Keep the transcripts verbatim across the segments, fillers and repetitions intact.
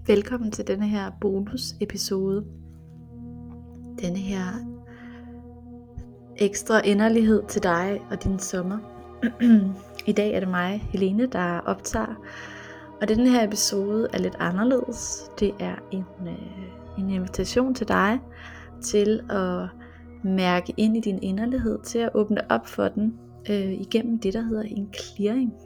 Velkommen til denne her bonus episode. Denne her ekstra inderlighed til dig og din sommer. I dag er det mig, Helene, der optager. Og denne her episode er lidt anderledes. Det er en, øh, en invitation til dig til at mærke ind i din inderlighed, til at åbne op for den øh, igennem det, der hedder en clearing.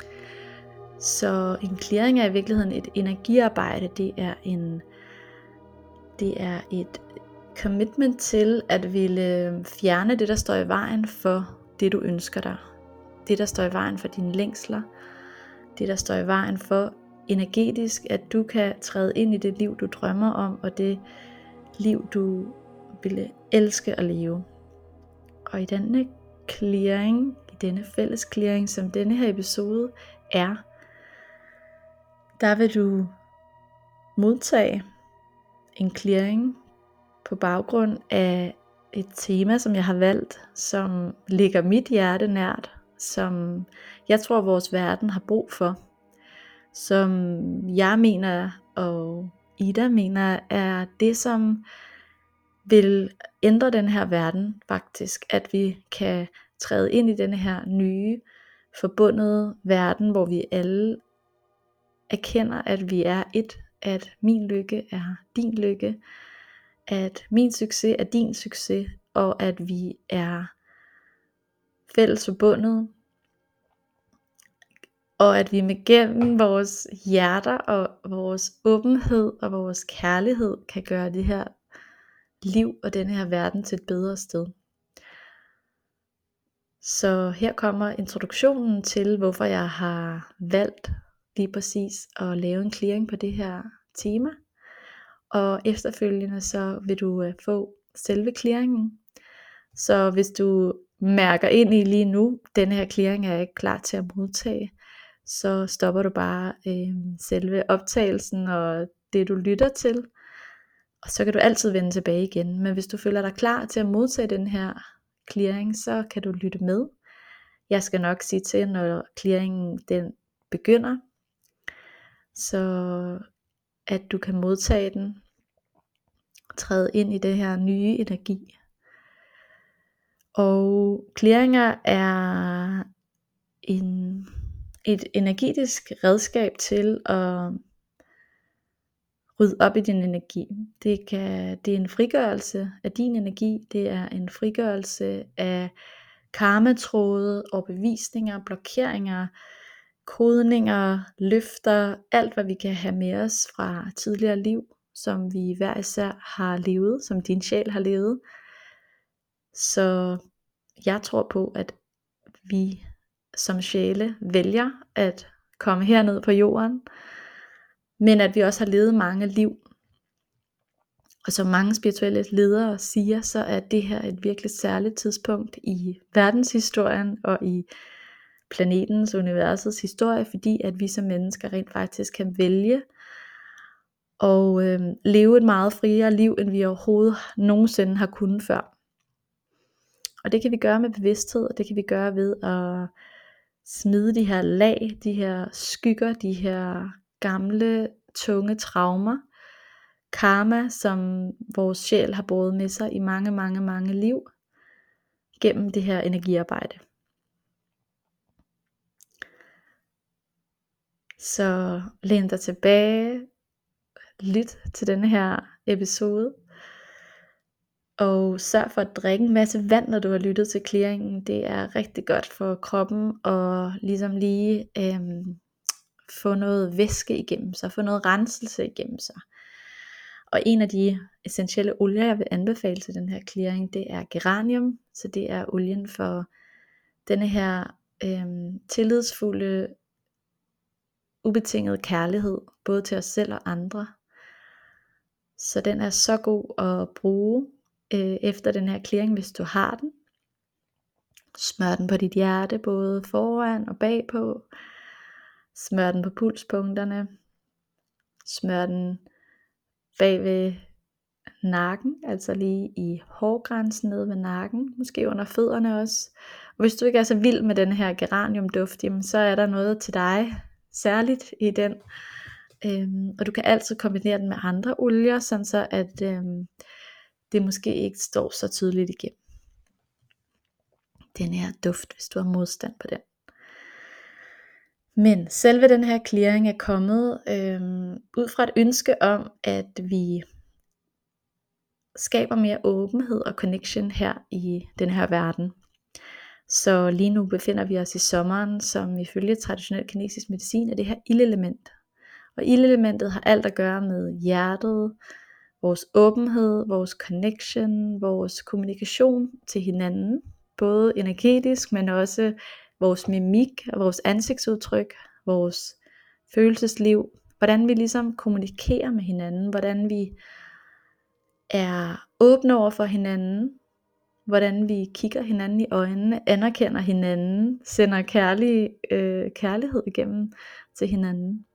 Så en clearing er i virkeligheden et energiarbejde. Det er en det er et commitment til at ville fjerne det, der står i vejen for det, du ønsker dig. Det, der står i vejen for dine længsler. Det, der står i vejen for energetisk, at du kan træde ind i det liv, du drømmer om, og det liv, du ville elske at leve. Og i denne clearing, i denne fælles clearing, som denne her episode er, der vil du modtage en clearing på baggrund af et tema, som jeg har valgt, som ligger mit hjerte nært, som jeg tror vores verden har brug for, som jeg mener og Ida mener er det, som vil ændre den her verden faktisk, at vi kan træde ind i denne her nye forbundede verden, hvor vi alle erkender, at vi er et, at min lykke er din lykke, at min succes er din succes, og at vi er fælles forbundet, og at vi med gennem vores hjerter og vores åbenhed og vores kærlighed kan gøre det her liv og denne her verden til et bedre sted. Så her kommer introduktionen til, hvorfor jeg har valgt lige præcis at lave en clearing på det her tema. Og efterfølgende så vil du få selve clearingen. Så hvis du mærker ind i lige nu, denne her clearing er jeg ikke klar til at modtage, så stopper du bare øh, selve optagelsen og det du lytter til. Og så kan du altid vende tilbage igen. Men hvis du føler dig klar til at modtage den her clearing, så kan du lytte med. Jeg skal nok sige til, når clearingen den begynder, så at du kan modtage den, træde ind i det her nye energi. Og clearinger er en, et energetisk redskab til at rydde op i din energi. Det, kan, det er en frigørelse af din energi, det er en frigørelse af karmatråde, overbevisninger, blokeringer, kodninger, løfter, alt hvad vi kan have med os fra tidligere liv, som vi hver især har levet, som din sjæl har levet. Så jeg tror på, at vi som sjæle vælger at komme herned på jorden, men at vi også har levet mange liv. Og som mange spirituelle ledere siger, så er det her et virkelig særligt tidspunkt i verdenshistorien og i planetens, universets historie, fordi at vi som mennesker rent faktisk kan vælge og øh, leve et meget friere liv, end vi overhovedet nogensinde har kunnet før. Og det kan vi gøre med bevidsthed, og det kan vi gøre ved at smide de her lag, de her skygger, de her gamle, tunge traumer, karma, som vores sjæl har båret med sig i mange, mange, mange liv, gennem det her energiarbejde. Så læn dig tilbage, lyt til denne her episode, og sørg for at drikke en masse vand, når du har lyttet til clearingen. Det er rigtig godt for kroppen, og ligesom lige øhm, få noget væske igennem sig, få noget renselse igennem sig. Og en af de essentielle olier, jeg vil anbefale til den her clearing, det er geranium. Så det er olien for denne her øhm, tillidsfulde, ubetinget kærlighed, både til os selv og andre. Så den er så god at bruge øh, efter den her clearing, hvis du har den. Smør den på dit hjerte, både foran og bagpå. Smør den på pulspunkterne. Smør den bag ved nakken, altså lige i hårgrænsen nede ved nakken, måske under fødderne også. Og hvis du ikke er så vild med den her geraniumduft, jamen, så er der noget til dig særligt i den. Øhm, og du kan altid kombinere den med andre olier, sådan så at øhm, det måske ikke står så tydeligt igennem. Den her duft, hvis du har modstand på den. Men selve den her clearing er kommet øhm, ud fra et ønske om, at vi skaber mere åbenhed og connection her i den her verden. Så lige nu befinder vi os i sommeren, som ifølge traditionel kinesisk medicin er det her ildelement. Og ildelementet har alt at gøre med hjertet, vores åbenhed, vores connection, vores kommunikation til hinanden. Både energetisk, men også vores mimik og vores ansigtsudtryk, vores følelsesliv. Hvordan vi ligesom kommunikerer med hinanden, hvordan vi er åbne over for hinanden, hvordan vi kigger hinanden i øjnene, anerkender hinanden, sender kærlig, øh, kærlighed igennem til hinanden.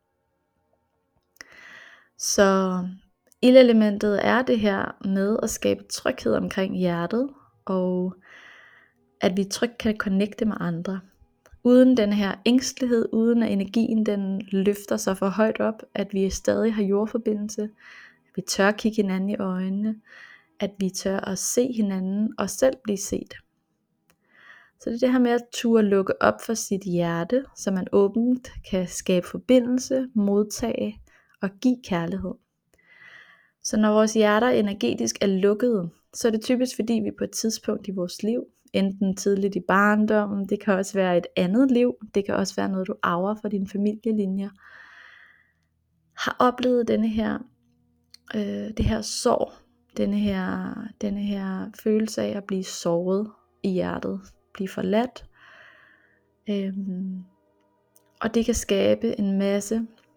Så ildelementet er det her med at skabe tryghed omkring hjertet, og at vi trygt kan connecte med andre. Uden den her ængstelighed, uden at energien den løfter sig for højt op, at vi stadig har jordforbindelse, at vi tør kigge hinanden i øjnene, at vi tør at se hinanden og selv blive set. Så det er det her med at turde lukke op for sit hjerte, så man åbent kan skabe forbindelse, modtage og give kærlighed. Så når vores hjerter energetisk er lukkede, så er det typisk fordi vi på et tidspunkt i vores liv, enten tidligt i barndommen, det kan også være et andet liv, det kan også være noget du arver fra dine familielinjer, har oplevet denne her, øh, det her sorg, denne her, denne her følelse af at blive såret i hjertet, blive forladt. Øhm, og det kan skabe en masse,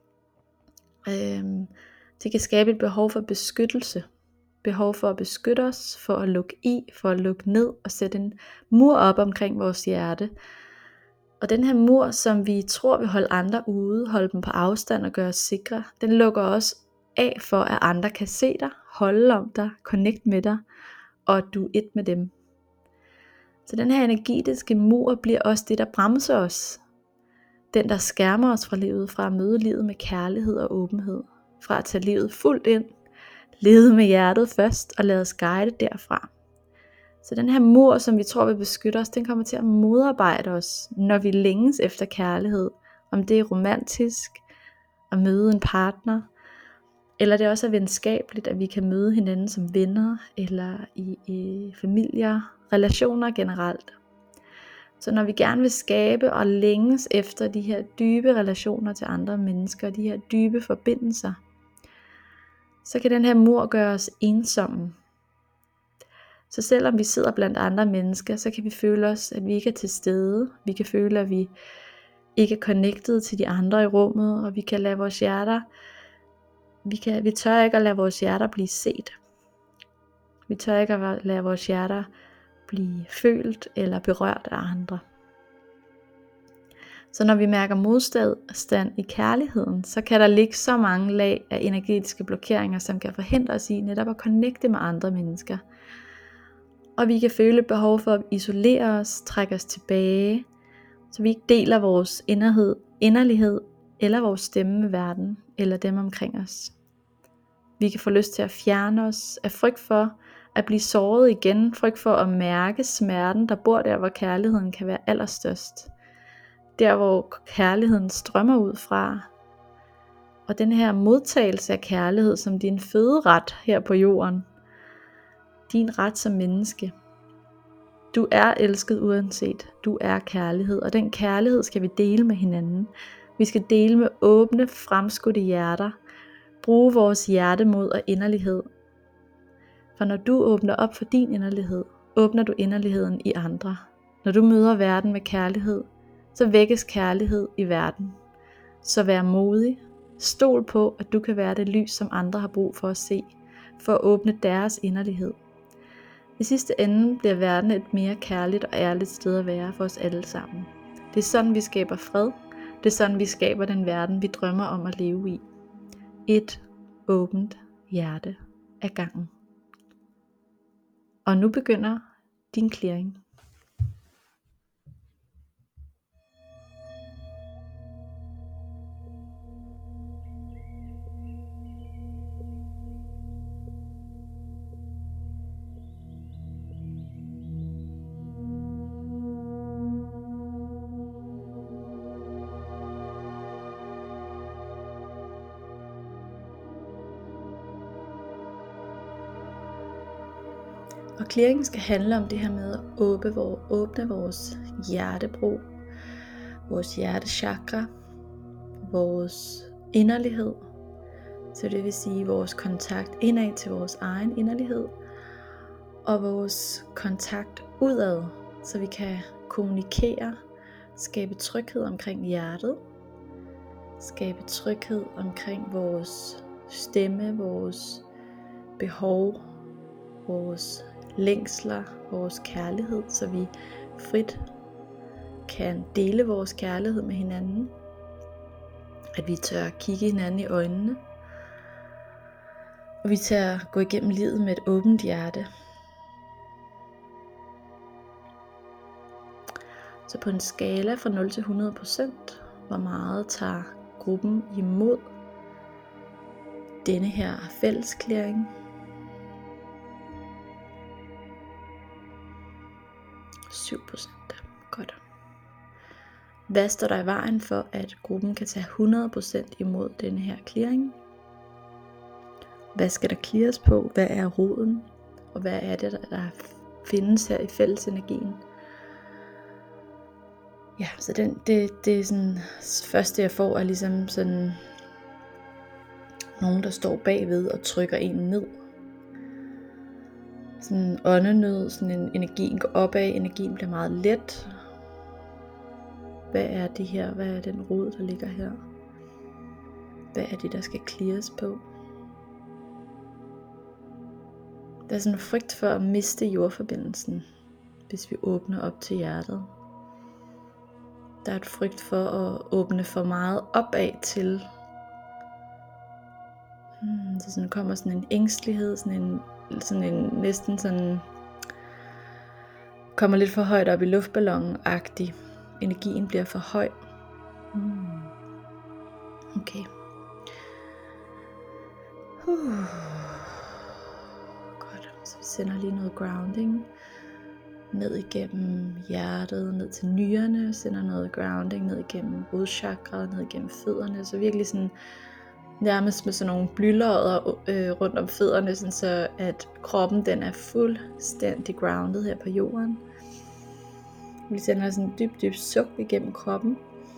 øhm, det kan skabe et behov for beskyttelse, behov for at beskytte os, for at lukke i, for at lukke ned og sætte en mur op omkring vores hjerte. Og den her mur, som vi tror vil holde andre ude, holde dem på afstand og gøre os sikre, den lukker også af for, at andre kan se dig, holde om dig, connect med dig, og at du er et med dem. Så den her energetiske mur bliver også det, der bremser os. Den, der skærmer os fra livet, fra at møde livet med kærlighed og åbenhed. Fra at tage livet fuldt ind, lede med hjertet først, og lade os guide derfra. Så den her mur, som vi tror vil beskytte os, den kommer til at modarbejde os, når vi længes efter kærlighed. Om det er romantisk, at møde en partner, eller det også er venskabeligt, at vi kan møde hinanden som venner, eller i, i familier, relationer generelt. Så når vi gerne vil skabe og længes efter de her dybe relationer til andre mennesker, de her dybe forbindelser, så kan den her mur gøre os ensomme. Så selvom vi sidder blandt andre mennesker, så kan vi føle os, at vi ikke er til stede. Vi kan føle, at vi ikke er connected til de andre i rummet, og vi kan lade vores hjerter, vi, kan, vi tør ikke at lade vores hjerter blive set. Vi tør ikke at lade vores hjerter blive følt eller berørt af andre. Så når vi mærker modstand i kærligheden, så kan der ligge så mange lag af energetiske blokeringer, som kan forhindre os i netop at connecte med andre mennesker. Og vi kan føle et behov for at isolere os, trække os tilbage, så vi ikke deler vores inderhed, inderlighed eller vores stemme med verden eller dem omkring os. Vi kan få lyst til at fjerne os af frygt for at blive såret igen, frygt for at mærke smerten, der bor der, hvor kærligheden kan være allerstørst. Der hvor kærligheden strømmer ud fra. Og den her modtagelse af kærlighed som din føderet her på jorden. Din ret som menneske. Du er elsket uanset. Du er kærlighed. Og den kærlighed skal vi dele med hinanden. Vi skal dele med åbne, fremskudte hjerter. Bruge vores hjertemod og inderlighed. For når du åbner op for din inderlighed, åbner du inderligheden i andre. Når du møder verden med kærlighed, så vækkes kærlighed i verden. Så vær modig. Stol på, at du kan være det lys, som andre har brug for at se, for at åbne deres inderlighed. I sidste ende bliver verden et mere kærligt og ærligt sted at være for os alle sammen. Det er sådan, vi skaber fred. Det er sådan, vi skaber den verden, vi drømmer om at leve i. Et åbent hjerte ad gangen. Og nu begynder din clearing. Og clearingen skal handle om det her med at åbne, åbne vores hjertebro, vores hjertechakra, vores inderlighed, så det vil sige vores kontakt indad til vores egen inderlighed, og vores kontakt udad, så vi kan kommunikere, skabe tryghed omkring hjertet, skabe tryghed omkring vores stemme, vores behov, vores længsler, vores kærlighed, så vi frit kan dele vores kærlighed med hinanden, at vi tør kigge hinanden i øjnene, og vi tør gå igennem livet med et åbent hjerte. Så på en skala fra nul til hundrede procent, hvor meget tager gruppen imod denne her fællesklæring? syv procent. Godt. Hvad står der i vejen for, at gruppen kan tage hundrede procent imod denne her clearing? Hvad skal der cleares på? Hvad er roden? Og hvad er det, der findes her i fællesenergien? Ja, så den, det, det er sådan, første jeg får er ligesom sådan nogen, der står bagved og trykker en ned. Sådan en åndenød, sådan en energien går opad, energien bliver meget let. Hvad er det her? Hvad er den rod, der ligger her? Hvad er det, der skal cleares på? Der er sådan en frygt for at miste jordforbindelsen, hvis vi åbner op til hjertet. Der er et frygt for at åbne for meget opad til. Hmm, så sådan kommer sådan en ængstelighed, sådan en, sådan en næsten sådan, kommer lidt for højt op i luftballonen-agtig. Energien bliver for høj. Hmm. Okay. Uh. Godt, så vi sender lige noget grounding ned igennem hjertet, ned til nyrerne, sender noget grounding ned igennem rodchakra, ned igennem fødderne, så virkelig sådan nærmest med sådan nogle blylodder øh, rundt om fødderne, sådan så at kroppen den er fuldstændig grounded her på jorden. Vi sender sådan en dyb, dyb suk igennem kroppen.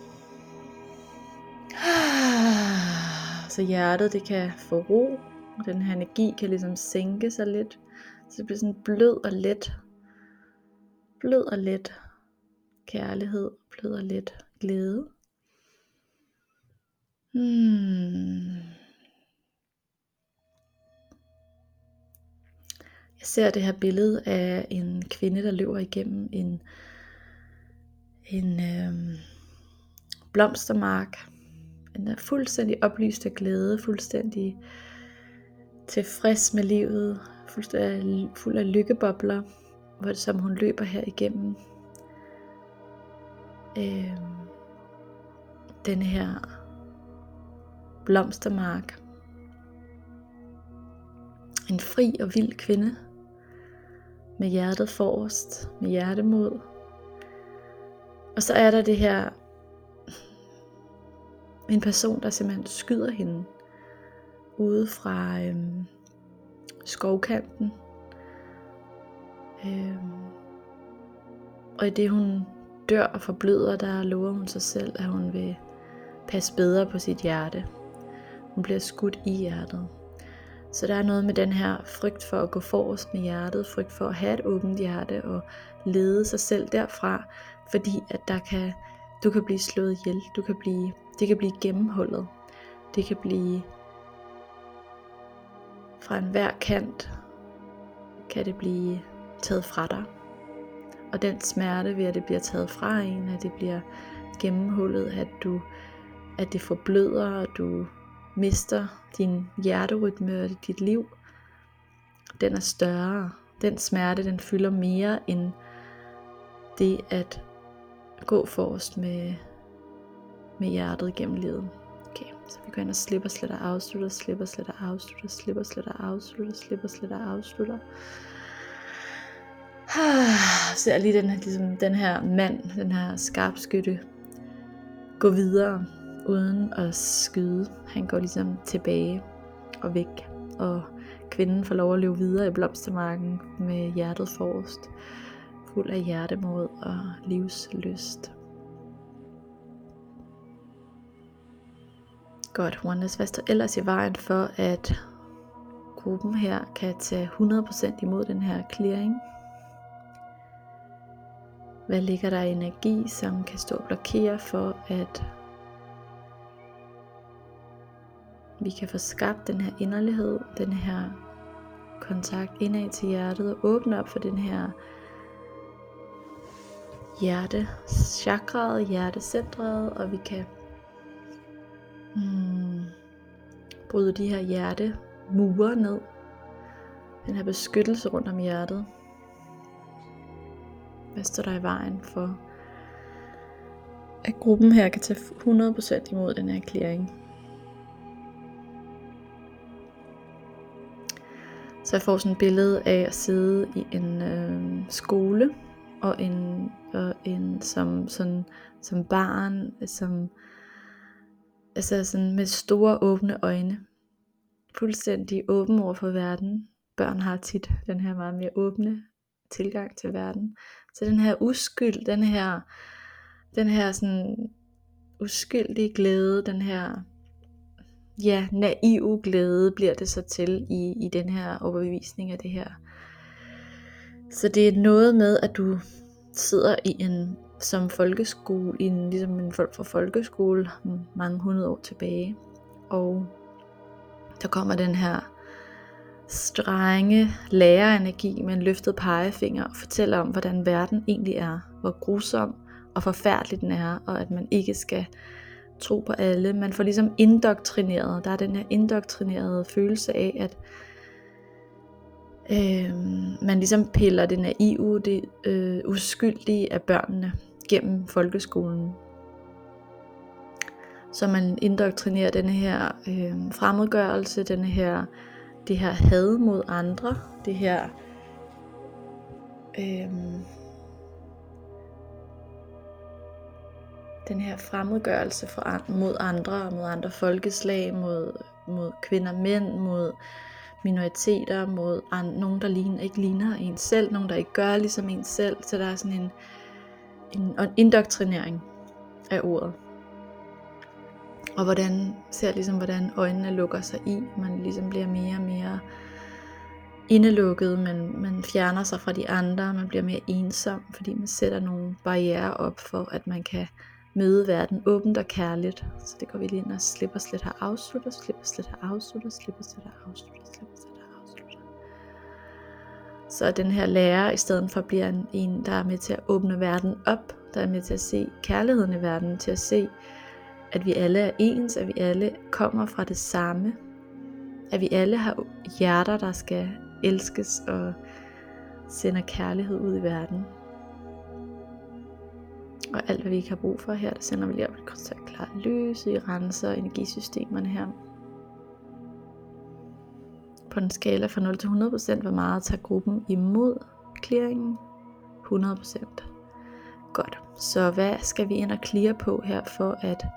Så hjertet det kan få ro, og den her energi kan ligesom sænke sig lidt, så det bliver sådan blød og let. Blød og let kærlighed, blød og let glæde. Hmm. Jeg ser det her billede af en kvinde, der løber igennem en, en øhm, blomstermark. Den er fuldstændig oplyst af glæde, fuldstændig tilfreds med livet, fuldstændig fuld af lykkebobler, hvor det, som hun løber her igennem øhm, denne her blomstermark. En fri og vild kvinde med hjertet forrest, med hjertemod. Og så er der det her, en person der simpelthen skyder hende ude fra øhm, skovkanten. Øhm, og i det hun dør og forbløder, der lover hun sig selv, at hun vil passe bedre på sit hjerte. Hun bliver skudt i hjertet. Så der er noget med den her frygt for at gå forrest med hjertet, frygt for at have et åbent hjerte og lede sig selv derfra, fordi at der kan, du kan blive slået ihjel, du kan blive, det kan blive gennemhullet, det kan blive fra enhver kant, kan det blive taget fra dig. Og den smerte ved at det bliver taget fra en, at det bliver gennemhullet, at du, at det forbløder, og du mister din hjerterytme og dit liv, den er større. Den smerte, den fylder mere end det at gå forrest med, med hjertet gennem livet. Okay, så vi går ind og slipper, sletter, afslutter, slipper, sletter, afslutter, slipper, sletter, afslutter, slipper, sletter, afslutter. Så er lige den, ligesom den her mand, den her skarpskytte, gå videre uden at skyde. Han går ligesom tilbage og væk og kvinden får lov at leve videre i blomstermarken med hjertet forrest, fuld af hjertemod og livslyst. Godt, Oneness, hvad står ellers i vejen for, at gruppen her kan tage hundrede procent imod den her clearing? Hvad ligger der i energi, som kan stå og blokere for, at vi kan få skabt den her inderlighed, den her kontakt indad til hjertet, og åbne op for den her hjertechakraet, hjertecentret, og vi kan hmm, bryde de her hjertemure ned, den her beskyttelse rundt om hjertet. Hvad står der i vejen for, at gruppen her kan tage hundrede procent imod den her clearing? Så jeg får sådan et billede af at sidde i en øh, skole, og en, og en som, sådan, som barn, som, altså sådan med store åbne øjne, fuldstændig åben over for verden. Børn har tit den her meget mere åbne tilgang til verden. Så den her uskyld, den her, den her sådan uskyldige glæde, den her ja, naive glæde bliver det så til i, i den her overbevisning af det her. Så det er noget med, at du sidder i en som folkeskole, i en, ligesom en form for folkeskole mange hundrede år tilbage, og der kommer den her strenge lærerenergi med en løftet pegefinger og fortæller om, hvordan verden egentlig er, hvor grusom og forfærdelig den er, og at man ikke skal tro på alle. Man får ligesom indoktrineret, der er den her indoktrinerede følelse af, at øh, man ligesom piller det naive, det øh, uskyldige af børnene gennem folkeskolen. Så man indoktrinerer denne her øh, fremmedgørelse, denne her, det her had mod andre, det her øh, den her fremmedgørelse for, mod andre, mod andre folkeslag, mod, mod kvinder og mænd, mod minoriteter, mod an, nogen der ligner, ikke ligner en selv, nogen der ikke gør ligesom en selv. Så der er sådan en, en, en indoktrinering af ordet. Og hvordan ser ligesom hvordan øjnene lukker sig i, man ligesom bliver mere og mere indelukket, man, man fjerner sig fra de andre, man bliver mere ensom, fordi man sætter nogle barrierer op for, at man kan møde verden åbent og kærligt. Så det går vi lige ind og slipper slet her afslutter, slipper slet her afslutter, slipper slet her afslutter, slipper slet her afslutter. Så den her lærer i stedet for bliver en, en, der er med til at åbne verden op, der er med til at se kærligheden i verden, til at se, at vi alle er ens, at vi alle kommer fra det samme, at vi alle har hjerter, der skal elskes og sender kærlighed ud i verden. Og alt hvad vi ikke har brug for her, det sender vi lige op et krystalklart lys, i renser energisystemerne her. På en skala fra nul til hundrede procent, hvor meget tager gruppen imod clearingen? hundrede procent. Godt, så hvad skal vi ind og clear på her, for at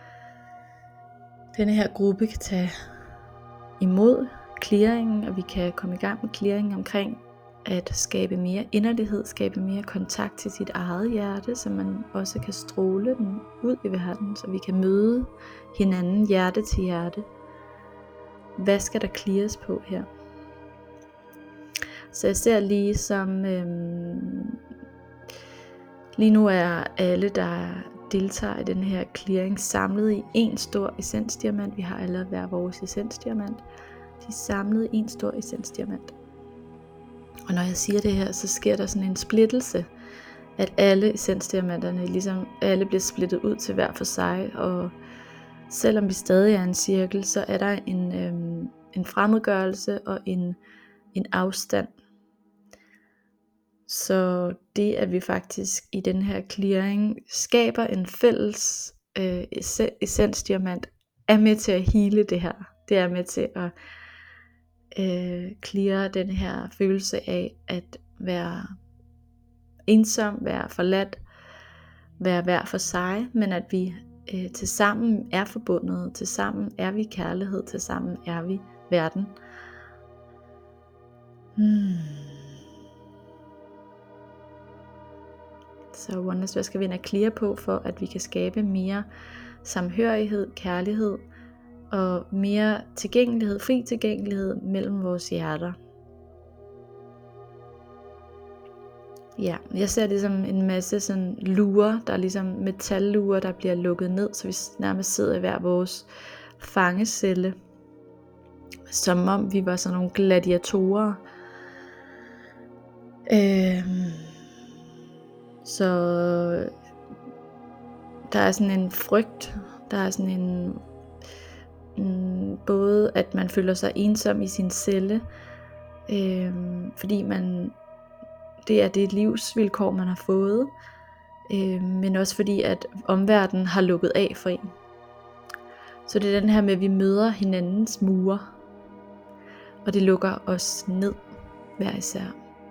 denne her gruppe kan tage imod clearingen, og vi kan komme i gang med clearingen omkring at skabe mere inderlighed, skabe mere kontakt til sit eget hjerte, så man også kan stråle den ud i verden, så vi kan møde hinanden hjerte til hjerte. Hvad skal der clears på her? Så jeg ser lige som øhm, lige nu er alle, der deltager i den her clearing, samlet i en stor essensdiamant. Vi har alle hver vores essensdiamant. De er samlet i en stor essensdiamant. Og når jeg siger det her, så sker der sådan en splittelse, at alle essensdiamanterne, ligesom alle bliver splittet ud til hver for sig, og selvom vi stadig er en cirkel, så er der en, øhm, en fremmedgørelse og en, en afstand. Så det, at vi faktisk i den her clearing skaber en fælles øh, essensdiamant, er med til at hele det her. Det er med til at øh, clear den her følelse af at være ensom, være forladt, være hver for sig, men at vi øh, til sammen er forbundet, til sammen er vi kærlighed, til sammen er vi verden. Hmm. Så oneness, hvad skal vi ind og clear på, for at vi kan skabe mere samhørighed, kærlighed og mere tilgængelighed, fri tilgængelighed mellem vores hjerter. Ja, jeg ser det som en masse sådan lurer, der er ligesom metallurer, der bliver lukket ned, så vi nærmest sidder i hver vores fangecelle, som om vi var sådan nogle gladiatorer. Øhm, så der er sådan en frygt, der er sådan en, en både at man føler sig ensom i sin celle, øhm, fordi man det er det livsvilkår man har fået, øh, men også fordi at omverdenen har lukket af for en. Så det er den her med at vi møder hinandens mure, og det lukker os ned hver især.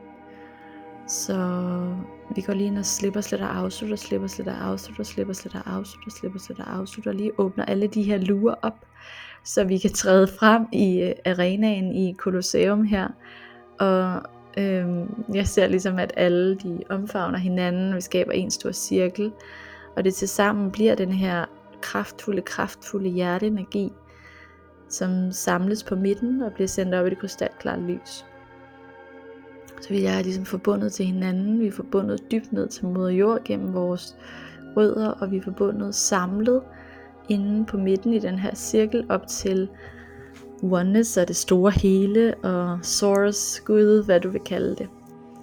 Så vi går lige ind og slipper slet og afslutter, slipper slet og afslutter, slipper slet og afslutter, slipper slet og afslutter, og lige åbner alle de her lurer op, så vi kan træde frem i arenaen i Colosseum her. Og øhm, jeg ser ligesom at alle de omfavner hinanden, og vi skaber en stor cirkel, og det tilsammen bliver den her kraftfulde, kraftfulde hjerteenergi, som samles på midten og bliver sendt op i det krystalklare lys. Så vi er ligesom forbundet til hinanden, vi er forbundet dybt ned til moder jord gennem vores rødder, og vi er forbundet samlet inde på midten i den her cirkel op til oneness og det store hele, og source, Gud, hvad du vil kalde det.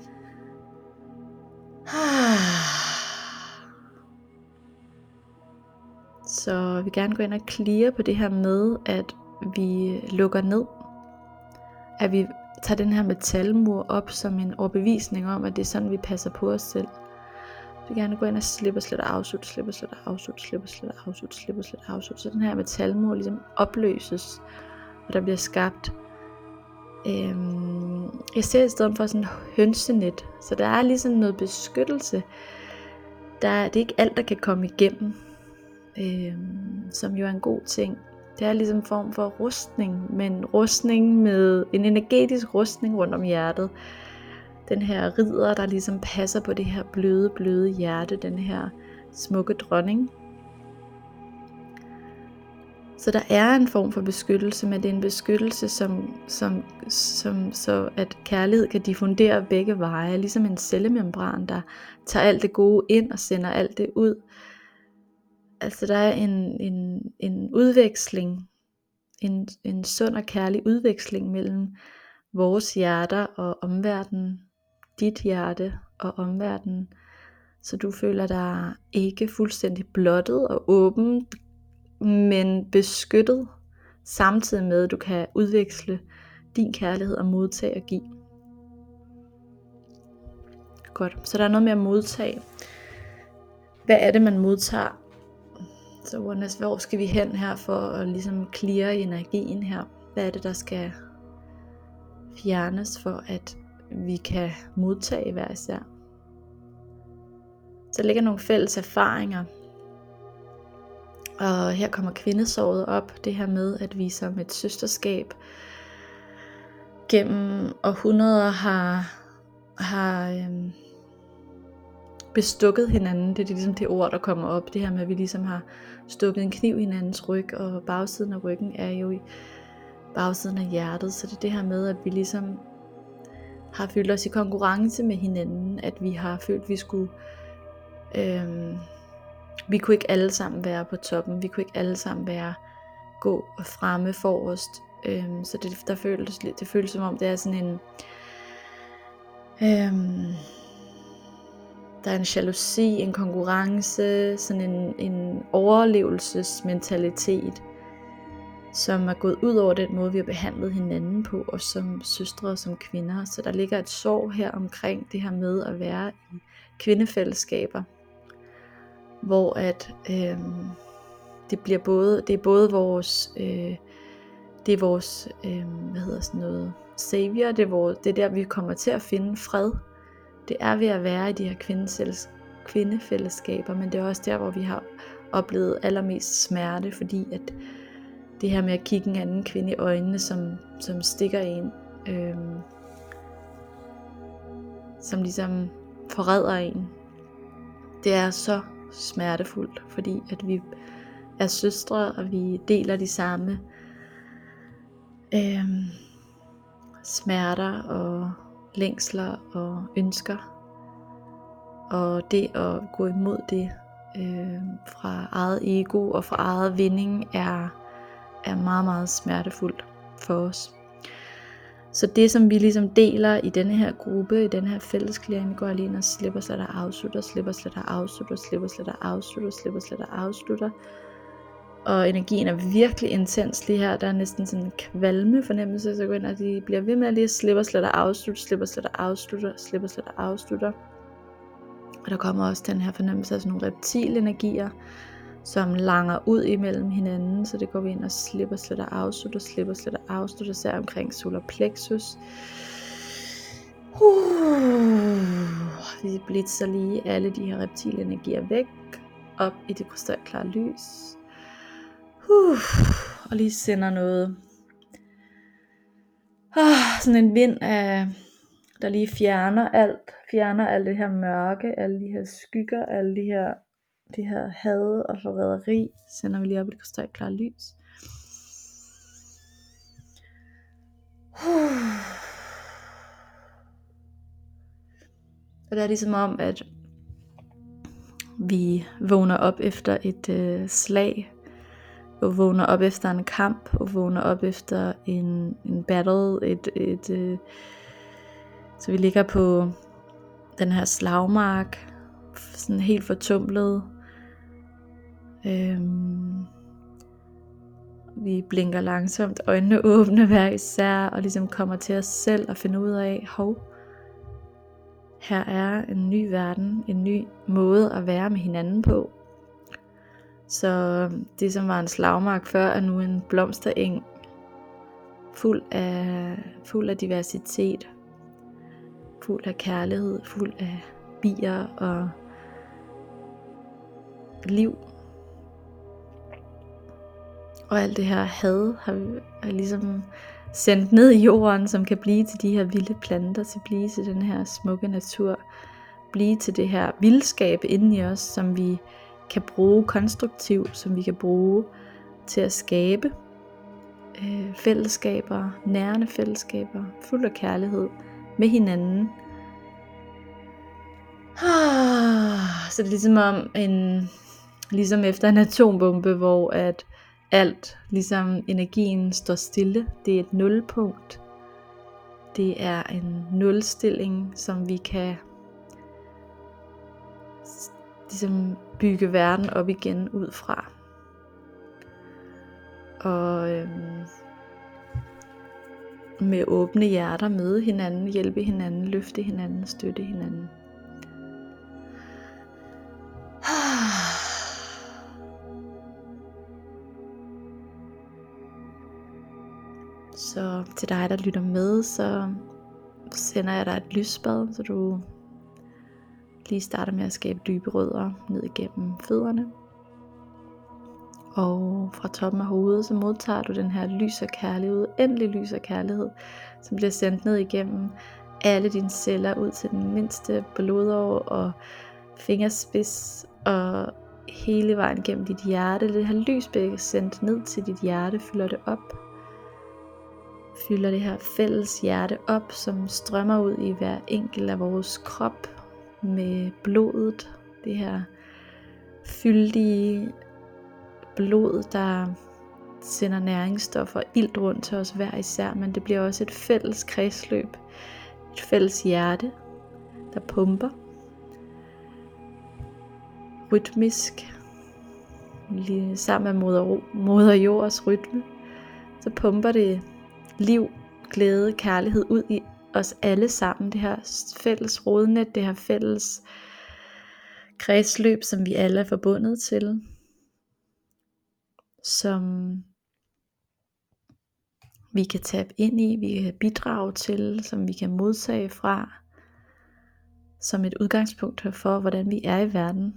Så vi vil gerne gå ind og clear på det her med, at vi lukker ned. At vi tager den her metalmur op som en overbevisning om, at det er sådan, vi passer på os selv. Vi vil gerne gå ind og slippe slet og afslutte, slippe slet og afslutte, slippe slet og afslutte, slippe slet og afslutte. Så den her metalmur ligesom opløses, og der bliver skabt. Øhm, jeg ser i stedet for sådan en hønsenet, så der er ligesom noget beskyttelse. Der er, det er ikke alt, der kan komme igennem, øhm, som jo er en god ting. Det er ligesom en form for rustning, men rustning med en energetisk rustning rundt om hjertet. Den her ridder, der ligesom passer på det her bløde, bløde hjerte, den her smukke dronning. Så der er en form for beskyttelse, men det er en beskyttelse, som, som, som, så at kærlighed kan diffundere begge veje, ligesom en cellemembran, der tager alt det gode ind og sender alt det ud. Altså der er en, en, en udveksling, en, en sund og kærlig udveksling mellem vores hjerter og omverdenen, dit hjerte og omverdenen, så du føler dig ikke fuldstændig blottet og åben, men beskyttet, samtidig med at du kan udveksle din kærlighed og modtage og give. Godt, så der er noget med at modtage. Hvad er det man modtager? Så oneness, hvor skal vi hen her for at ligesom clear energien her? Hvad er det der skal fjernes for at vi kan modtage hver især? Så ligger nogle fælles erfaringer. Og her kommer kvindesåret op, det her med at vi som et søsterskab gennem århundreder har, har øhm, bestukket hinanden. Det er ligesom det ord, der kommer op, det her med at vi ligesom har stukket en kniv i hinandens ryg, og bagsiden af ryggen er jo i bagsiden af hjertet, så det er det her med at vi ligesom har følt os i konkurrence med hinanden, at vi har følt at vi skulle øhm, vi kunne ikke alle sammen være på toppen, vi kunne ikke alle sammen være gå fremme forrest, øhm, så det, der føles, det føles som om det er sådan en øhm, der er en jalousi, en konkurrence, sådan en, en overlevelsesmentalitet, som er gået ud over den måde vi har behandlet hinanden på, og som søstre og som kvinder. Så der ligger et sorg her omkring det her med at være i kvindefællesskaber, hvor at øh, det bliver både det er både vores øh, det er vores øh, hvad hedder sådan noget savior, det er, vores, det er der vi kommer til at finde fred. Det er ved at være i de her kvindefællesskaber, men det er også der hvor vi har oplevet allermest smerte, fordi at det her med at kigge en anden kvinde i øjnene, som, som stikker en, øh, som ligesom forræder en. Det er så smertefuldt, fordi at vi er søstre, og vi deler de samme øh, smerter og længsler og ønsker. Og det at gå imod det øh, fra eget ego og fra eget vinding er, er meget, meget smertefuldt for os. Så det som vi ligesom deler i denne her gruppe, i denne her fællesklæring, går lige ind og slipper, sletter, afslutter, slipper, sletter, afslutter, slipper, sletter, afslutter, slipper, sletter, afslutter. Og energien er virkelig intens lige her. Der er næsten sådan en kvalme fornemmelse, så går ind og de bliver ved med at lige slipper, sletter, afslutter, slipper, sletter, afslutter, slipper, sletter, afslutter. Og der kommer også den her fornemmelse af sådan nogle reptilenergier, som langer ud imellem hinanden, så det går vi ind og slipper, sletter, afslutter, slipper, sletter, afslutter, ser omkring solar plexus. Uh, vi blitzer lige alle de her reptilenergier væk, op i det krystalklare lys. Uh, og lige sender noget, uh, sådan en vind af, der lige fjerner alt, fjerner alt det her mørke, alle de her skygger, alle de her, de her had og forræderi, sender vi lige op i det krystalklare lys. Og det er ligesom om, at vi vågner op efter et øh, slag, og vågner op efter en kamp, og vågner op efter en, en battle, et, et, øh, så vi ligger på den her slagmark, sådan helt fortumlet. Øhm, vi blinker langsomt, øjnene åbne hver især, og ligesom kommer til os selv og finder ud af, hov, her er en ny verden, en ny måde at være med hinanden på. Så det som var en slagmark før, er nu en blomstereng, fuld af, fuld af diversitet, fuld af kærlighed, fuld af bier og liv. Og alt det her had har vi har ligesom sendt ned i jorden, som kan blive til de her vilde planter, til blive til den her smukke natur, blive til det her vildskab inden i os, som vi kan bruge konstruktivt, som vi kan bruge til at skabe øh, fællesskaber, nærende fællesskaber, fuld af kærlighed med hinanden. Så det er ligesom om en, ligesom efter en atombombe, hvor at alt, ligesom energien står stille. Det er et nulpunkt. Det er en nulstilling, som vi kan ligesom bygge verden op igen ud fra. Og øhm, med åbne hjerter møde hinanden, hjælpe hinanden, løfte hinanden, støtte hinanden. Så til dig, der lytter med, så sender jeg dig et lysbad, så du lige starter med at skabe dybe rødder ned igennem fødderne. Og fra toppen af hovedet, så modtager du den her lys og kærlighed, uendelig lys og kærlighed, som bliver sendt ned igennem alle dine celler, ud til den mindste blodår og fingerspids, og hele vejen gennem dit hjerte. Det her lys bliver sendt ned til dit hjerte, fylder det op. Fylder det her fælles hjerte op, som strømmer ud i hver enkelt af vores krop med blodet. Det her fyldige blod, der sender næringsstoffer og ilt rundt til os hver især, men det bliver også et fælles kredsløb, et fælles hjerte, der pumper rytmisk, lige sammen med moder, moder jords rytme, så pumper det liv, glæde, kærlighed ud i os alle sammen. Det her fælles rodnet, det her fælles kredsløb, som vi alle er forbundet til, som vi kan tabe ind i, vi kan bidrage til, som vi kan modtage fra, som et udgangspunkt for, hvordan vi er i verden.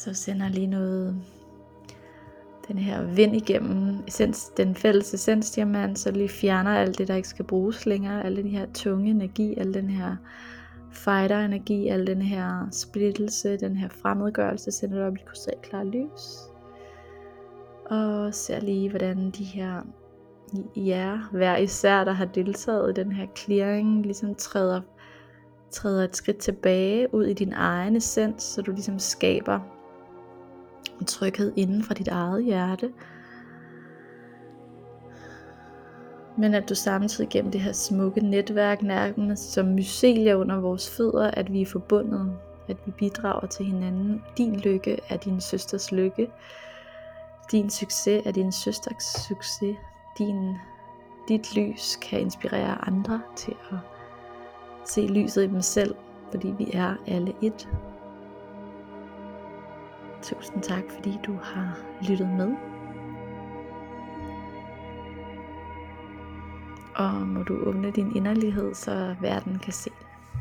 Så sender lige noget, den her vind igennem essens, den fælles essensdiamant, så lige fjerner alt det, der ikke skal bruges længere, al den her tunge energi, al den her fighter energi, al den her splittelse, den her fremmedgørelse, sender det op i krystalklart lys. Og ser lige, hvordan de her jer, hver især, der har deltaget i den her clearing, ligesom træder, træder et skridt tilbage ud i din egen essens, så du ligesom skaber en tryghed inden fra dit eget hjerte. Men at du samtidig gennem det her smukke netværk, nærmest som mycelier under vores fødder, at vi er forbundet, at vi bidrager til hinanden. Din lykke er din søsters lykke. Din succes er din søsters succes. Din, dit lys kan inspirere andre til at se lyset i dem selv, fordi vi er alle et. Tusind tak, fordi du har lyttet med. Og må du åbne din inderlighed, så verden kan se.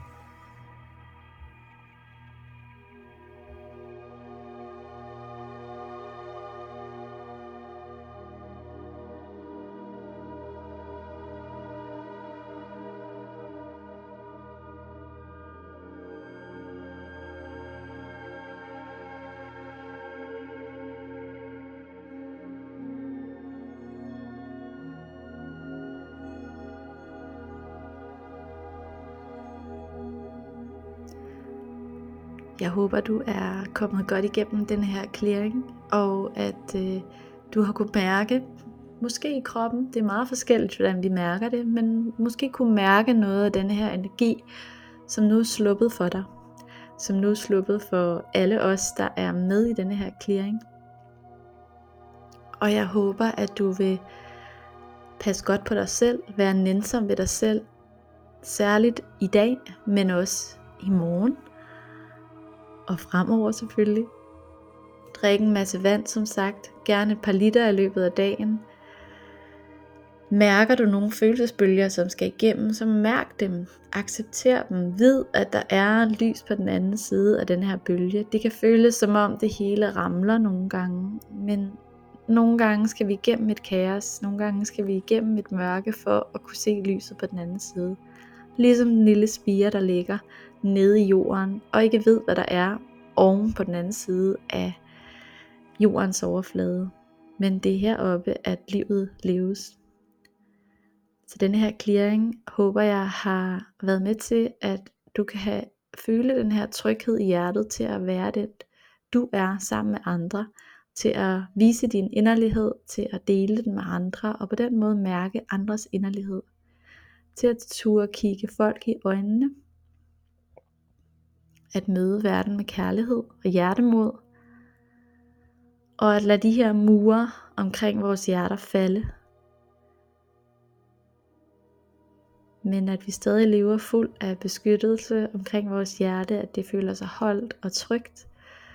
Jeg håber, du er kommet godt igennem den her clearing, og at øh, du har kunnet mærke, måske i kroppen, det er meget forskelligt, hvordan vi mærker det, men måske kunne mærke noget af denne her energi, som nu er sluppet for dig, som nu er sluppet for alle os, der er med i denne her clearing. Og jeg håber, at du vil passe godt på dig selv, være nænsom ved dig selv, særligt i dag, men også i morgen. Og fremover selvfølgelig. Drik en masse vand, som sagt. Gerne et par liter i løbet af dagen. Mærker du nogle følelsesbølger, som skal igennem, så mærk dem. Accepter dem. Vid, at der er lys på den anden side af den her bølge. Det kan føles som om det hele ramler nogle gange. Men nogle gange skal vi igennem et kaos. Nogle gange skal vi igennem et mørke for at kunne se lyset på den anden side. Ligesom den lille spire, der ligger nede i jorden, og ikke ved, hvad der er oven på den anden side af jordens overflade. Men det er heroppe, at livet leves. Så denne her clearing håber jeg har været med til, at du kan have, føle den her tryghed i hjertet til at være det, du er sammen med andre. Til at vise din inderlighed, til at dele den med andre, og på den måde mærke andres inderlighed. Til at turde kigge folk i øjnene. At møde verden med kærlighed og hjertemod. Og at lade de her mure omkring vores hjerter falde. Men at vi stadig lever fuld af beskyttelse omkring vores hjerte. At det føler sig holdt og trygt.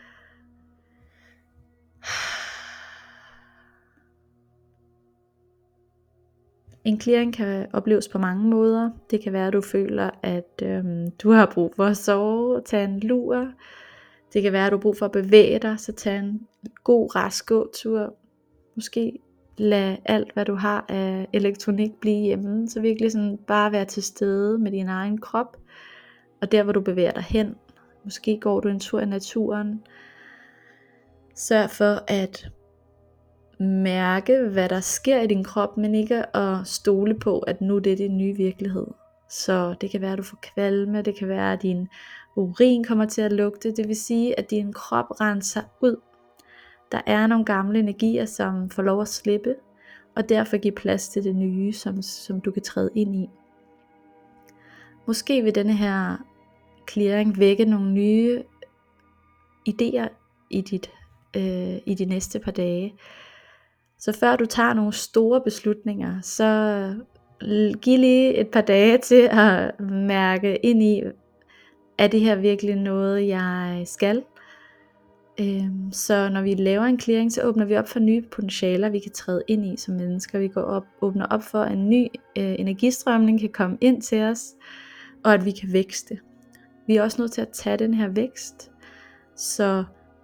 En clearing kan opleves på mange måder. Det kan være, at du føler, at øhm, du har brug for at sove, tage en lur. Det kan være, at du har brug for at bevæge dig, så tag en god, rask gåtur. Måske lad alt, hvad du har af elektronik, blive hjemme. Så virkelig sådan bare være til stede med din egen krop. Og der, hvor du bevæger dig hen. Måske går du en tur i naturen. Sørg for at mærke, hvad der sker i din krop, men ikke at stole på, at nu det er din nye virkelighed. Så det kan være, at du får kvalme, det kan være, at din urin kommer til at lugte, det vil sige, at din krop renser ud. Der er nogle gamle energier, som får lov at slippe, og derfor give plads til det nye, som, som du kan træde ind i. Måske vil denne her clearing vække nogle nye idéer i, dit, øh, i de næste par dage. Så før du tager nogle store beslutninger, så giv lige et par dage til at mærke ind i, er det her virkelig noget, jeg skal? Øhm, så når vi laver en clearing, så åbner vi op for nye potentialer, vi kan træde ind i som mennesker. Vi går op, åbner op for, at en ny øh, energistrømning kan komme ind til os, og at vi kan vækste. Vi er også nødt til at tage den her vækst. Så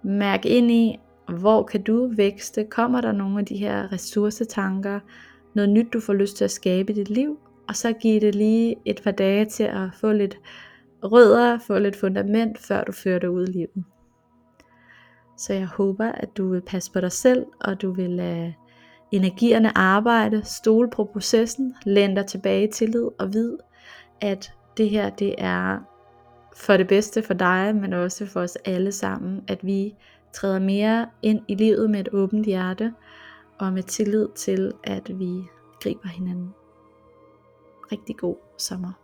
Mærk ind i, hvor kan du vækste? Kommer der nogle af de her ressourcetanker? Noget nyt, du får lyst til at skabe i dit liv? Og så giv det lige et par dage til at få lidt rødder, få lidt fundament, før du fører det ud i livet. Så jeg håber, at du vil passe på dig selv, og du vil lade energierne arbejde, stole på processen, læn dig tilbage i tillid og vid, at det her det er for det bedste for dig, men også for os alle sammen, at vi træder mere ind i livet med et åbent hjerte, og med tillid til, at vi griber hinanden. Rigtig god sommer.